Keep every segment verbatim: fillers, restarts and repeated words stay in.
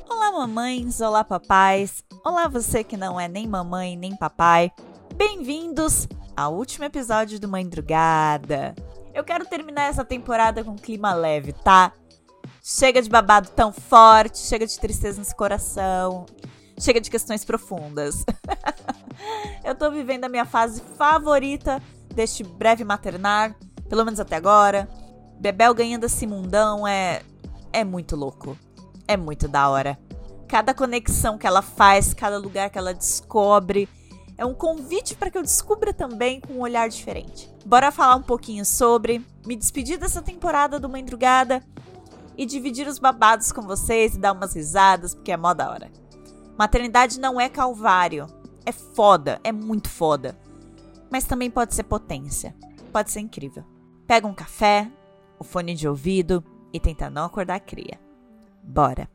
Olá mamães, olá papais, olá você que não é nem mamãe nem papai. Bem-vindos ao último episódio do Mandrugada. Eu quero terminar essa temporada com clima leve, tá? Chega de babado tão forte, chega de tristeza nesse coração, chega de questões profundas. Eu tô vivendo a minha fase favorita deste breve maternar, pelo menos até agora. Bebel ganhando esse mundão é, é muito louco, é muito da hora. Cada conexão que ela faz, cada lugar que ela descobre, é um convite para que eu descubra também com um olhar diferente. Bora falar um pouquinho sobre, me despedir dessa temporada do Mandrugada e dividir os babados com vocês e dar umas risadas, porque é mó da hora. Maternidade não é calvário, é foda, é muito foda. Mas também pode ser potência, pode ser incrível. Pega um café, o fone de ouvido e tenta não acordar a cria. Bora!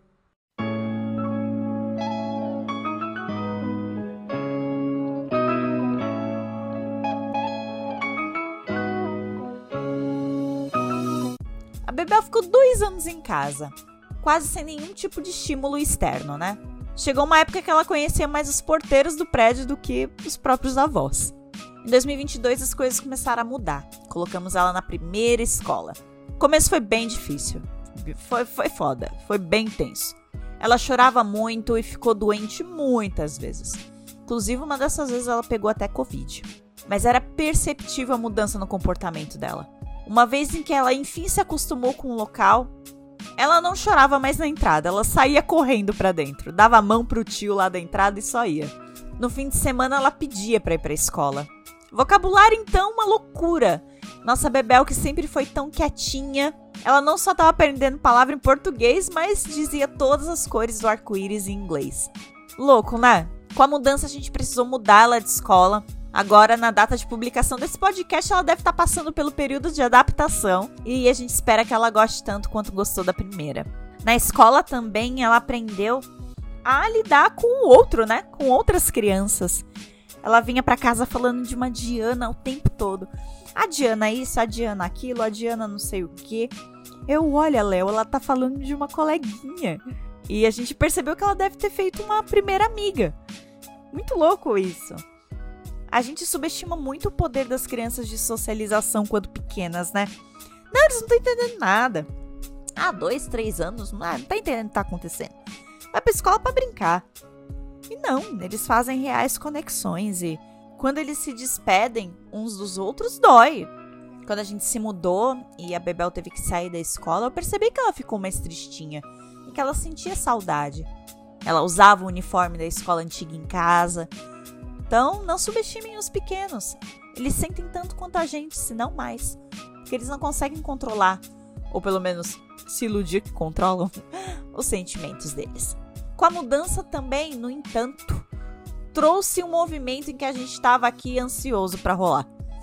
A Bebel ficou dois anos em casa, quase sem nenhum tipo de estímulo externo, né? Chegou uma época que ela conhecia mais os porteiros do prédio do que os próprios avós. Em dois mil e vinte e dois as coisas começaram a mudar. Colocamos ela na primeira escola. O começo foi bem difícil. Foi, foi foda, foi bem tenso. Ela chorava muito e ficou doente muitas vezes. Inclusive, uma dessas vezes ela pegou até Covid. Mas era perceptível a mudança no comportamento dela. Uma vez em que ela enfim se acostumou com o local, ela não chorava mais na entrada, ela saía correndo pra dentro, dava a mão pro tio lá da entrada e só ia. No fim de semana ela pedia pra ir pra escola. Vocabulário então, uma loucura. Nossa Bebel, que sempre foi tão quietinha, ela não só tava aprendendo palavra em português, mas dizia todas as cores do arco-íris em inglês. Louco, né? Com a mudança a gente precisou mudar ela de escola. Agora, na data de publicação desse podcast, ela deve estar passando pelo período de adaptação e a gente espera que ela goste tanto quanto gostou da primeira. Na escola também, ela aprendeu a lidar com o outro, né? Com outras crianças. Ela vinha pra casa falando de uma Diana o tempo todo. A Diana isso, a Diana aquilo, a Diana não sei o quê. Eu, olha, Léo, ela tá falando de uma coleguinha. E a gente percebeu que ela deve ter feito uma primeira amiga. Muito louco isso. A gente subestima muito o poder das crianças de socialização quando pequenas, né? Não, eles não estão entendendo nada. Ah, dois, três anos, não, não tá entendendo o que tá acontecendo. Vai pra escola pra brincar. E não, eles fazem reais conexões e quando eles se despedem uns dos outros, dói. Quando a gente se mudou e a Bebel teve que sair da escola, eu percebi que ela ficou mais tristinha e que ela sentia saudade. Ela usava o uniforme da escola antiga em casa. Então, não subestimem os pequenos. Eles sentem tanto quanto a gente, se não mais. Porque eles não conseguem controlar, ou pelo menos se iludir que controlam, os sentimentos deles. Com a mudança também, no entanto, trouxe um movimento em que a gente estava aqui ansioso para rolar.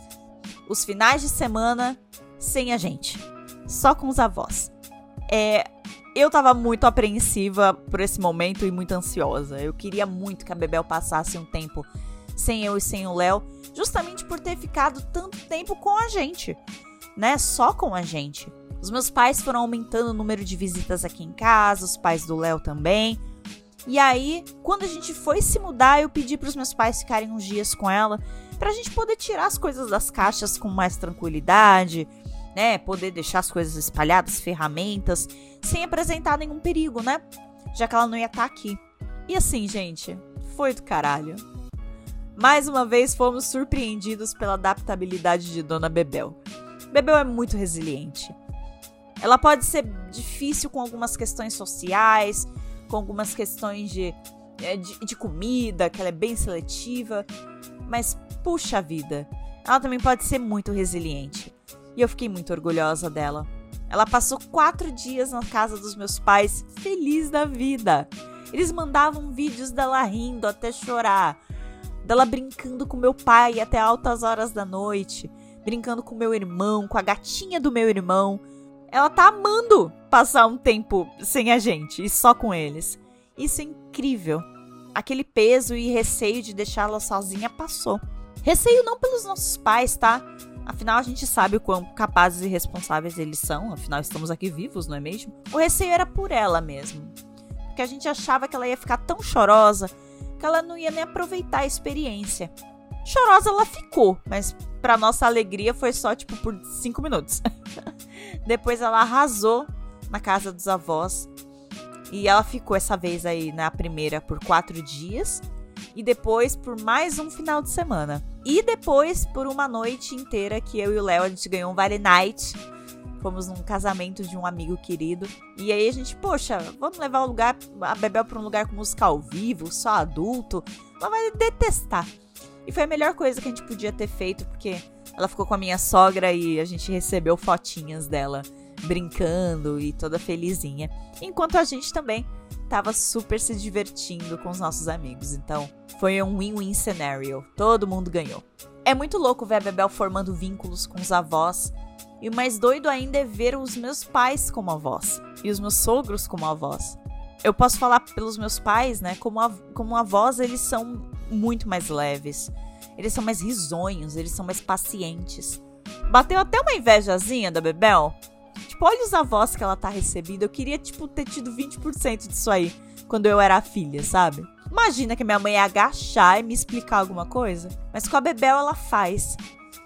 Os finais de semana sem a gente. Só com os avós. É... Eu tava muito apreensiva por esse momento e muito ansiosa. Eu queria muito que a Bebel passasse um tempo sem eu e sem o Léo, justamente por ter ficado tanto tempo com a gente, né? Só com a gente. Os meus pais foram aumentando o número de visitas aqui em casa, os pais do Léo também. E aí, quando a gente foi se mudar, eu pedi pros meus pais ficarem uns dias com ela, pra gente poder tirar as coisas das caixas com mais tranquilidade, né? Poder deixar as coisas espalhadas, ferramentas, sem apresentar nenhum perigo, né? Já que ela não ia estar aqui. E assim, gente, foi do caralho. Mais uma vez fomos surpreendidos pela adaptabilidade de Dona Bebel. Bebel é muito resiliente. Ela pode ser difícil com algumas questões sociais, com algumas questões de, de, de comida, que ela é bem seletiva, mas puxa vida, ela também pode ser muito resiliente. E eu fiquei muito orgulhosa dela. Ela passou quatro dias na casa dos meus pais, feliz da vida. Eles mandavam vídeos dela rindo até chorar, dela brincando com meu pai até altas horas da noite, brincando com meu irmão, com a gatinha do meu irmão. Ela tá amando passar um tempo sem a gente e só com eles. Isso é incrível. Aquele peso e receio de deixá-la sozinha passou. Receio não pelos nossos pais, tá? Afinal, a gente sabe o quão capazes e responsáveis eles são. Afinal, estamos aqui vivos, não é mesmo? O receio era por ela mesmo. porque a gente achava que ela ia ficar tão chorosa que ela não ia nem aproveitar a experiência. Chorosa ela ficou, mas pra nossa alegria foi só tipo por cinco minutos. Depois ela arrasou na casa dos avós e ela ficou essa vez aí na primeira por quatro dias e depois por mais um final de semana. E depois por uma noite inteira que eu e o Léo, a gente ganhou um Vale Night. Fomos num casamento de um amigo querido. E aí a gente, poxa, vamos levar o lugar, a Bebel pra um lugar com música ao vivo, só adulto. Ela vai detestar. E foi a melhor coisa que a gente podia ter feito, porque ela ficou com a minha sogra e a gente recebeu fotinhas dela brincando e toda felizinha. Enquanto a gente também tava super se divertindo com os nossos amigos. Então, foi um win-win scenario. Todo mundo ganhou. É muito louco ver a Bebel formando vínculos com os avós. E o mais doido ainda é ver os meus pais como avós. E os meus sogros como avós. Eu posso falar pelos meus pais, né? Como, av- como avós, eles são muito mais leves. Eles são mais risonhos, eles são mais pacientes. Bateu até uma invejazinha da Bebel. Tipo, olha os avós que ela tá recebendo. Eu queria, tipo, ter tido vinte por cento disso aí quando eu era filha, sabe? Imagina que minha mãe ia agachar e me explicar alguma coisa. Mas com a Bebel ela faz.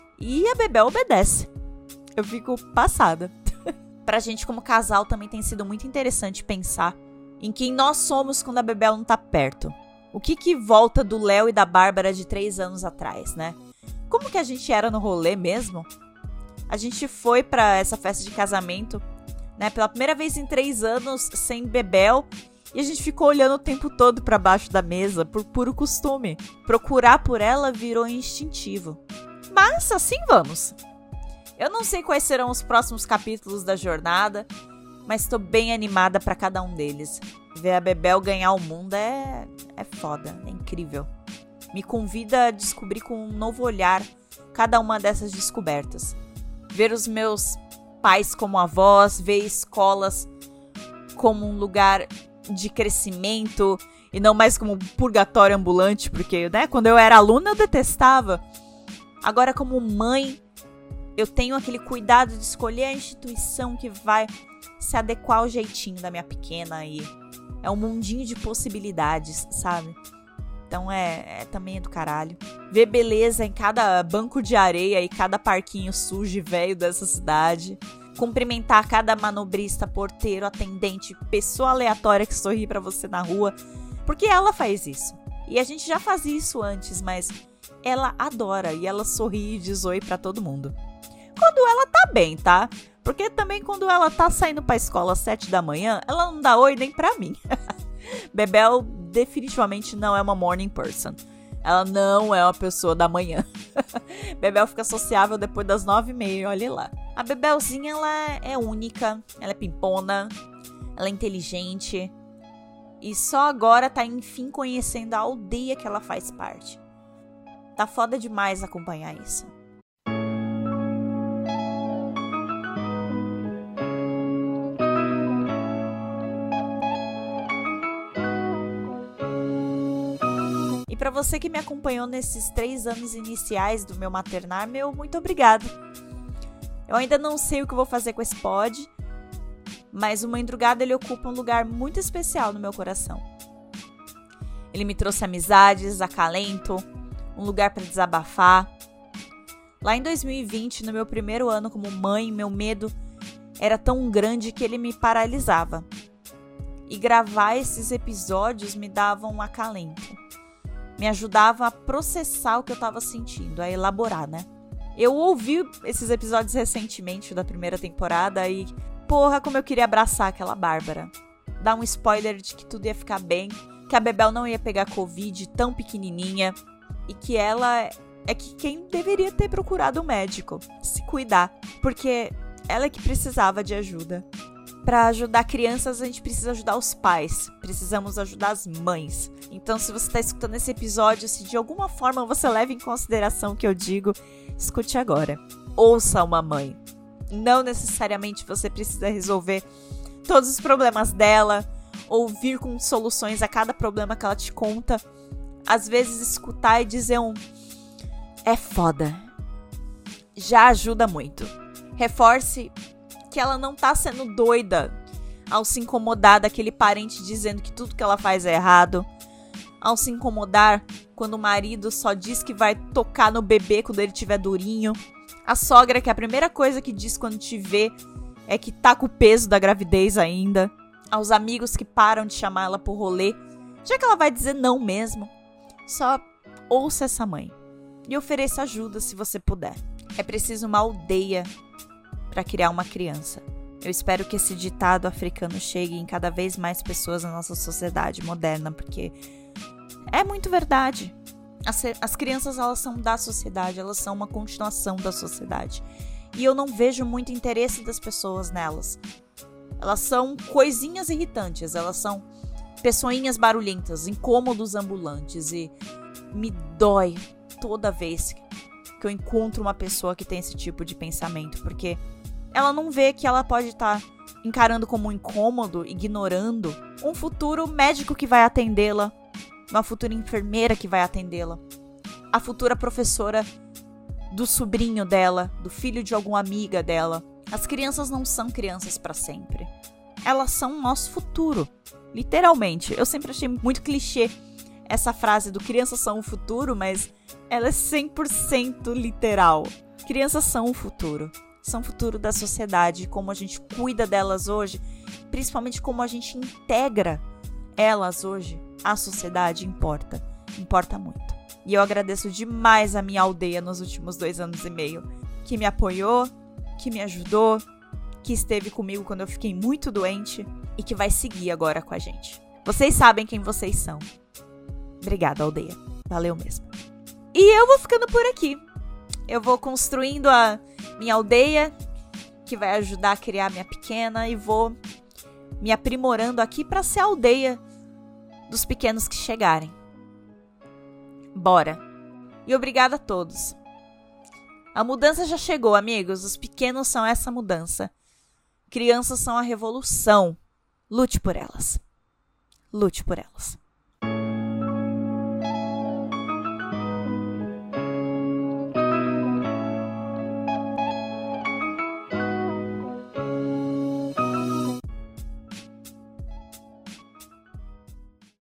E a Bebel obedece. Eu fico passada. Pra gente como casal também tem sido muito interessante pensar em quem nós somos quando a Bebel não tá perto. O que que volta do Léo e da Bárbara de três anos atrás, né? Como que a gente era no rolê mesmo? A gente foi pra essa festa de casamento, né? Pela primeira vez em três anos sem Bebel. E a gente ficou olhando o tempo todo pra baixo da mesa, por puro costume. Procurar por ela virou instintivo. Mas assim vamos. Eu não sei quais serão os próximos capítulos da jornada, mas tô bem animada pra cada um deles. Ver a Bebel ganhar o mundo é, é foda, é incrível. Me convida a descobrir com um novo olhar cada uma dessas descobertas. Ver os meus pais como avós, ver escolas como um lugar de crescimento e não mais como um purgatório ambulante, porque, né, quando eu era aluna eu detestava. Agora como mãe, eu tenho aquele cuidado de escolher a instituição que vai se adequar ao jeitinho da minha pequena e é um mundinho de possibilidades, sabe? Então é, é também é do caralho. Ver beleza em cada banco de areia e cada parquinho sujo e velho dessa cidade. Cumprimentar cada manobrista, porteiro, atendente, pessoa aleatória que sorri pra você na rua. Porque ela faz isso. E a gente já fazia isso antes, mas ela adora e ela sorri e diz oi pra todo mundo. Quando ela tá bem, tá? Porque também quando ela tá saindo pra escola às sete da manhã, ela não dá oi nem pra mim. Bebel definitivamente não é uma morning person. Ela não é uma pessoa da manhã. Bebel fica sociável depois das nove e meia, olha lá. A Bebelzinha, ela é única, ela é pimpona, ela é inteligente. E só agora tá enfim conhecendo a aldeia que ela faz parte. Tá foda demais acompanhar isso. E pra você que me acompanhou nesses três anos iniciais do meu maternar, meu muito obrigado. Eu ainda não sei o que eu vou fazer com esse pod, mas o Mãe Drugada, ele ocupa um lugar muito especial no meu coração. Ele me trouxe amizades, acalento, um lugar pra desabafar. Lá em dois mil e vinte, no meu primeiro ano como mãe, meu medo era tão grande que ele me paralisava. E gravar esses episódios me dava um acalento. Me ajudava a processar o que eu tava sentindo, a elaborar, né? Eu ouvi esses episódios recentemente da primeira temporada e, porra, como eu queria abraçar aquela Bárbara. Dar um spoiler de que tudo ia ficar bem, que a Bebel não ia pegar Covid tão pequenininha e que ela é que quem deveria ter procurado um médico, se cuidar, porque ela é que precisava de ajuda. Para ajudar crianças, a gente precisa ajudar os pais. Precisamos ajudar as mães. Então, se você está escutando esse episódio, se de alguma forma você leva em consideração o que eu digo, escute agora. Ouça uma mãe. Não necessariamente você precisa resolver todos os problemas dela, ou vir com soluções a cada problema que ela te conta. Às vezes, escutar e dizer um... é foda. Já ajuda muito. Reforce que ela não tá sendo doida. ao se incomodar daquele parente dizendo que tudo que ela faz é errado, ao se incomodar quando o marido só diz que vai tocar no bebê quando ele tiver durinho, a sogra que a primeira coisa que diz quando te vê é que tá com o peso da gravidez ainda, aos amigos que param de chamar ela pro rolê, já que ela vai dizer não mesmo. Só ouça essa mãe e ofereça ajuda se você puder. É preciso uma aldeia para criar uma criança. Eu espero que esse ditado africano chegue em cada vez mais pessoas na nossa sociedade moderna, porque é muito verdade. As, as crianças, elas são da sociedade, elas são uma continuação da sociedade. E eu não vejo muito interesse das pessoas nelas. Elas são coisinhas irritantes, elas são pessoinhas barulhentas, incômodos ambulantes, e me dói toda vez que eu encontro uma pessoa que tem esse tipo de pensamento, porque ela não vê que ela pode estar encarando como um incômodo, ignorando um futuro médico que vai atendê-la, uma futura enfermeira que vai atendê-la, a futura professora do sobrinho dela, do filho de alguma amiga dela. As crianças não são crianças para sempre. Elas são o nosso futuro. Literalmente. Eu sempre achei muito clichê essa frase do crianças são o futuro, mas ela é cem por cento literal. Crianças são o futuro. São o futuro da sociedade. Como a gente cuida delas hoje, principalmente como a gente integra elas hoje à sociedade, importa. Importa muito. E eu agradeço demais a minha aldeia nos últimos dois anos e meio, que me apoiou, que me ajudou, que esteve comigo quando eu fiquei muito doente e que vai seguir agora com a gente. Vocês sabem quem vocês são. Obrigada, aldeia. Valeu mesmo. E eu vou ficando por aqui. Eu vou construindo a minha aldeia, que vai ajudar a criar minha pequena, e vou me aprimorando aqui para ser a aldeia dos pequenos que chegarem. Bora. E obrigada a todos. A mudança já chegou, amigos. Os pequenos são essa mudança. Crianças são a revolução. Lute por elas. Lute por elas.